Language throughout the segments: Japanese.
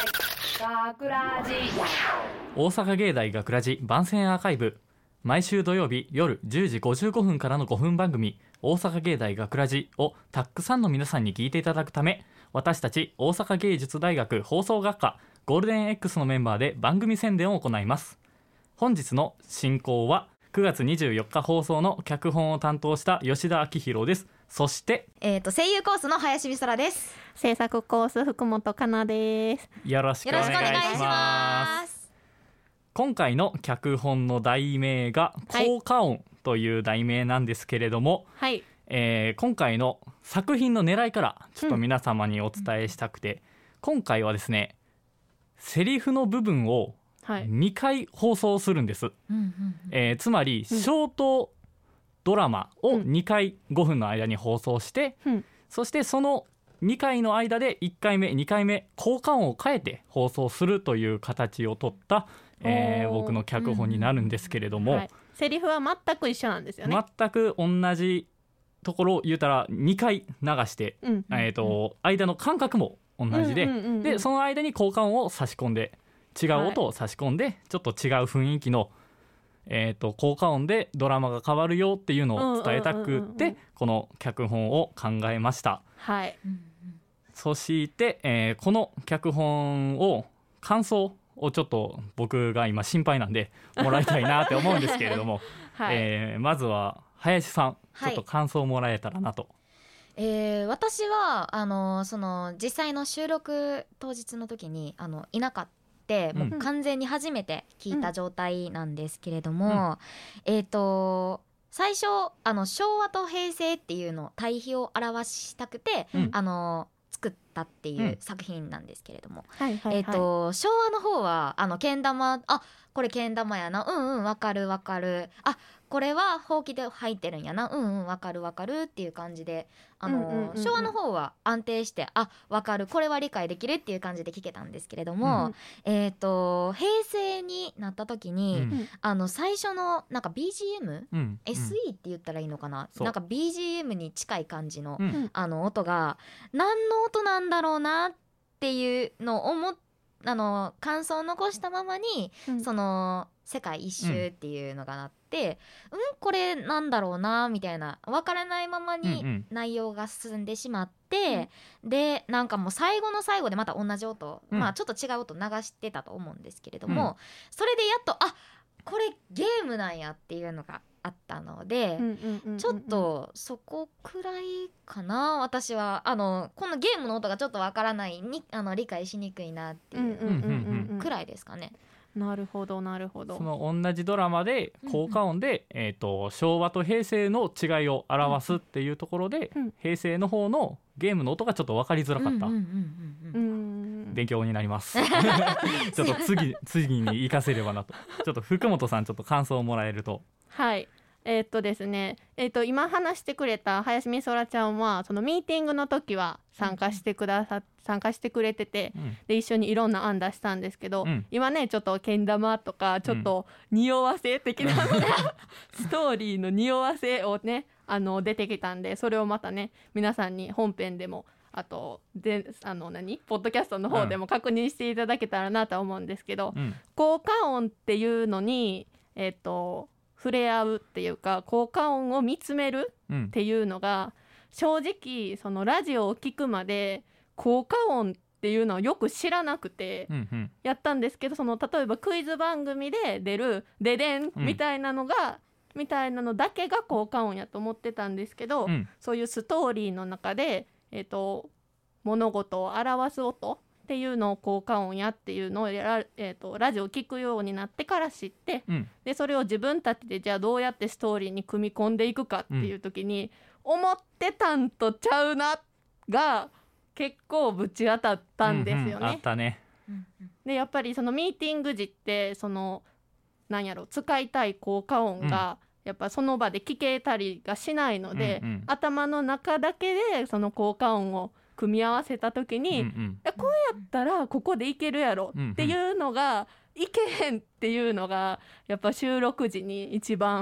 学ラジ大阪芸大学ラジ番宣アーカイブ、毎週土曜日夜10時55分からの5分番組大阪芸大学ラジをたくさんの皆さんに聞いていただくため、私たち大阪芸術大学放送学科ゴールデン X のメンバーで番組宣伝を行います。本日の進行は9月24日放送の脚本を担当した吉田明宏です。そして、 声優コースの林美空です。 制作コース福本香奈です。 よろしくお願いします。今回の脚本の題名が効果音という題名なんですけれども、 はい、 今回の作品の狙いからちょっと皆様にお伝えしたくて、今回はですね、セリフの部分を2回放送するんです、つまりショートドラマを2回5分の間に放送して、そしてその2回の間で1回目2回目効果音を変えて放送するという形をとった、僕の脚本になるんですけれども、 セリフは全く一緒なんですよね。 全く同じところを言うたら2回流して、間の間隔も同じで、でその間に効果音を差し込んで違う音を差し込んで、ちょっと違う雰囲気の、効果音でドラマが変わるよっていうのを伝えたくってこの脚本を考えました。 はい、 そして、この脚本を感想をちょっと僕が今心配なんでもらいたいなって思うんですけれども、まずは林さん、ちょっと感想をもらえたらなと。 私はその実際の収録当日の時にいなかったもう完全に初めて聞いた状態なんですけれども、最初昭和と平成っていうの対比を表したくて、作ったっていう作品なんですけれども、昭和の方はけん玉、これけん玉やな、わかるわかる、これはほうきで入ってるんやな、わかるわかるっていう感じで、昭和の方は安定してわかる、これは理解できるっていう感じで聞けたんですけれども、平成になった時に、最初のなんか BGM、SE って言ったらいいのかな、なんか BGM に近い感じの、音が何の音なんだろうなっていうのを感想を残したままに、その世界一周っていうのがなって、これなんだろうなみたいな分からないままに内容が進んでしまって、でなんかもう最後の最後でまた同じ音、ちょっと違う音流してたと思うんですけれども、それでやっとこれゲームなんやっていうのがあったので、ちょっとそこくらいかな。私はこのゲームの音がちょっとわからないに理解しにくいなっていうくらいですかね。 なるほどなるほど。 その同じドラマで効果音で、昭和と平成の違いを表すっていうところで、平成の方のゲームの音がちょっと分かりづらかった。勉強になりますちょっと次に活かせればなと。ちょっと福本さん、ちょっと感想をもらえると。 はい、ですね、今話してくれた林美空ちゃんはそのミーティングの時は参加してくれてて、で一緒にいろんな案出したんですけど、今ねちょっとけん玉とかちょっと匂わせ的なのが、ストーリーの匂わせをね出てきたんで、それをまたね皆さんに本編でもポッドキャストの方でも確認していただけたらなと思うんですけど、効果音っていうのに触れ合うっていうか、効果音を見つめるっていうのが、正直そのラジオを聞くまで効果音っていうのはよく知らなくてやったんですけど、その例えばクイズ番組で出るデデンみたいなのだけが効果音やと思ってたんですけど、そういうストーリーの中で物事を表す音っていうのを効果音やっていうのをラジオを聞くようになってから知って、でそれを自分たちでじゃあどうやってストーリーに組み込んでいくかっていう時に、思ってたんとちゃうなが結構ぶち当たったんですよね。 あったね。 でやっぱりそのミーティング時ってその使いたい効果音が、やっぱその場で聞けたりがしないので、頭の中だけでその効果音を組み合わせた時に、こうやったらここでいけるやろっていうのが、いけへんっていうのがやっぱ収録時に一番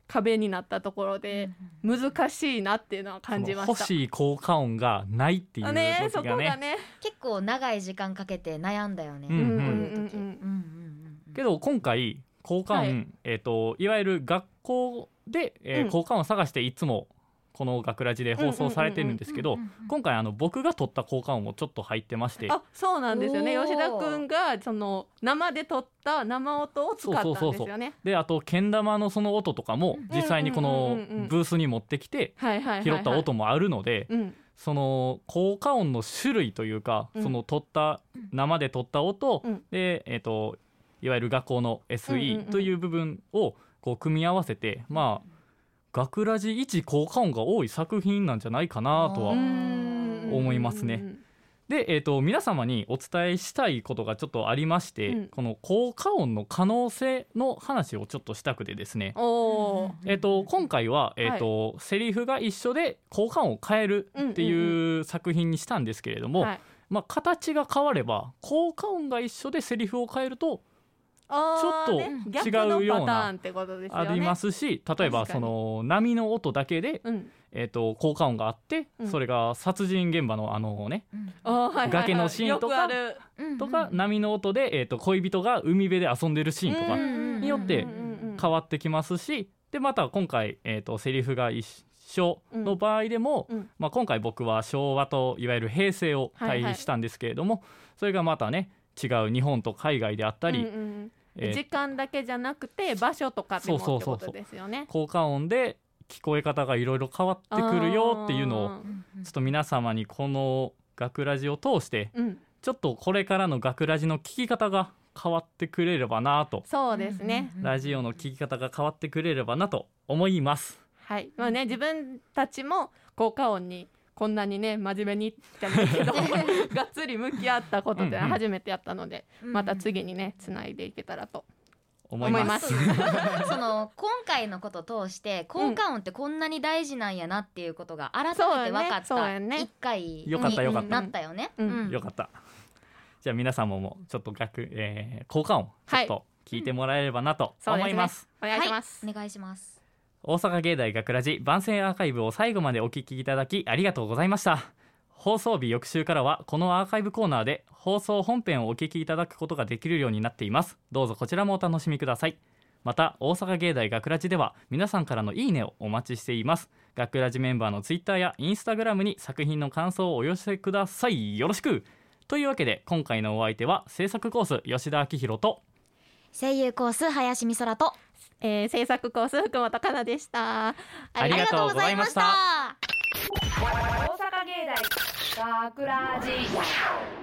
壁になったところで難しいなっていうのは感じました。 欲しい効果音がないっていう時が ね、 そこがね結構長い時間かけて悩んだよね、 うんうん、 こういう時。 けど今回効果音、いわゆる学校で、効果音を探していつもこの学ラジで放送されてるんですけど、今回僕が撮った効果音もちょっと入ってまして。 あ、そうなんですよね。吉田くんがその生で撮った生音を使ったんですよね。 であとけん玉のその音とかも実際にこのブースに持ってきて拾った音もあるので、その効果音の種類というか、その撮った生で撮った音、でいわゆる学校の SE という部分をこう組み合わせて、まあ学ラジ一効果音が多い作品なんじゃないかなとは思いますね。で、皆様にお伝えしたいことがちょっとありまして、この効果音の可能性の話をちょっとしたくてですね、今回は、セリフが一緒で効果音を変えるっていう作品にしたんですけれども、まあ、形が変われば効果音が一緒でセリフを変えるとちょっと違うようなありますし、例えばその波の音だけで、効果音があって、それが殺人現場の崖のシーンとか波の音で、恋人が海辺で遊んでるシーンとかによって変わってきますし、でまた今回、セリフが一緒の場合でも、まあ、今回僕は昭和といわゆる平成を対比したんですけれども、それがまたね違う日本と海外であったり、 時間だけじゃなくて場所とかでもってことですよね。 効果音で聞こえ方がいろいろ変わってくるよっていうのをちょっと皆様にこの学ラジを通して、ちょっとこれからの学ラジの聞き方が変わってくれればなと。 そうですね、 ラジオの聞き方が変わってくれればなと思います。 はい、まあね、自分たちも効果音にこんなにね真面目にじゃないけどがっつり向き合ったことって初めてやったので、また次にねつないでいけたらと思いますその今回のことを通して効果音ってこんなに大事なんやなっていうことが改めて分かった一回になったよね。 よかった。じゃあ皆様もちょっと効果音ちょっと聞いてもらえればなと思います。 お願いします。 お願いします。 大阪芸大学ラジ番宣アーカイブを最後までお聞きいただきありがとうございました。放送日翌週からはこのアーカイブコーナーで放送本編をお聞きいただくことができるようになっています。どうぞこちらもお楽しみください。また大阪芸大学ラジでは皆さんからのいいねをお待ちしています。学ラジメンバーのツイッターやインスタグラムに作品の感想をお寄せください。よろしく。というわけで今回のお相手は制作コース吉田明宏と声優コース林美空と制作コース福本香奈でした。 ありがとうございました。 大阪芸大学ラジ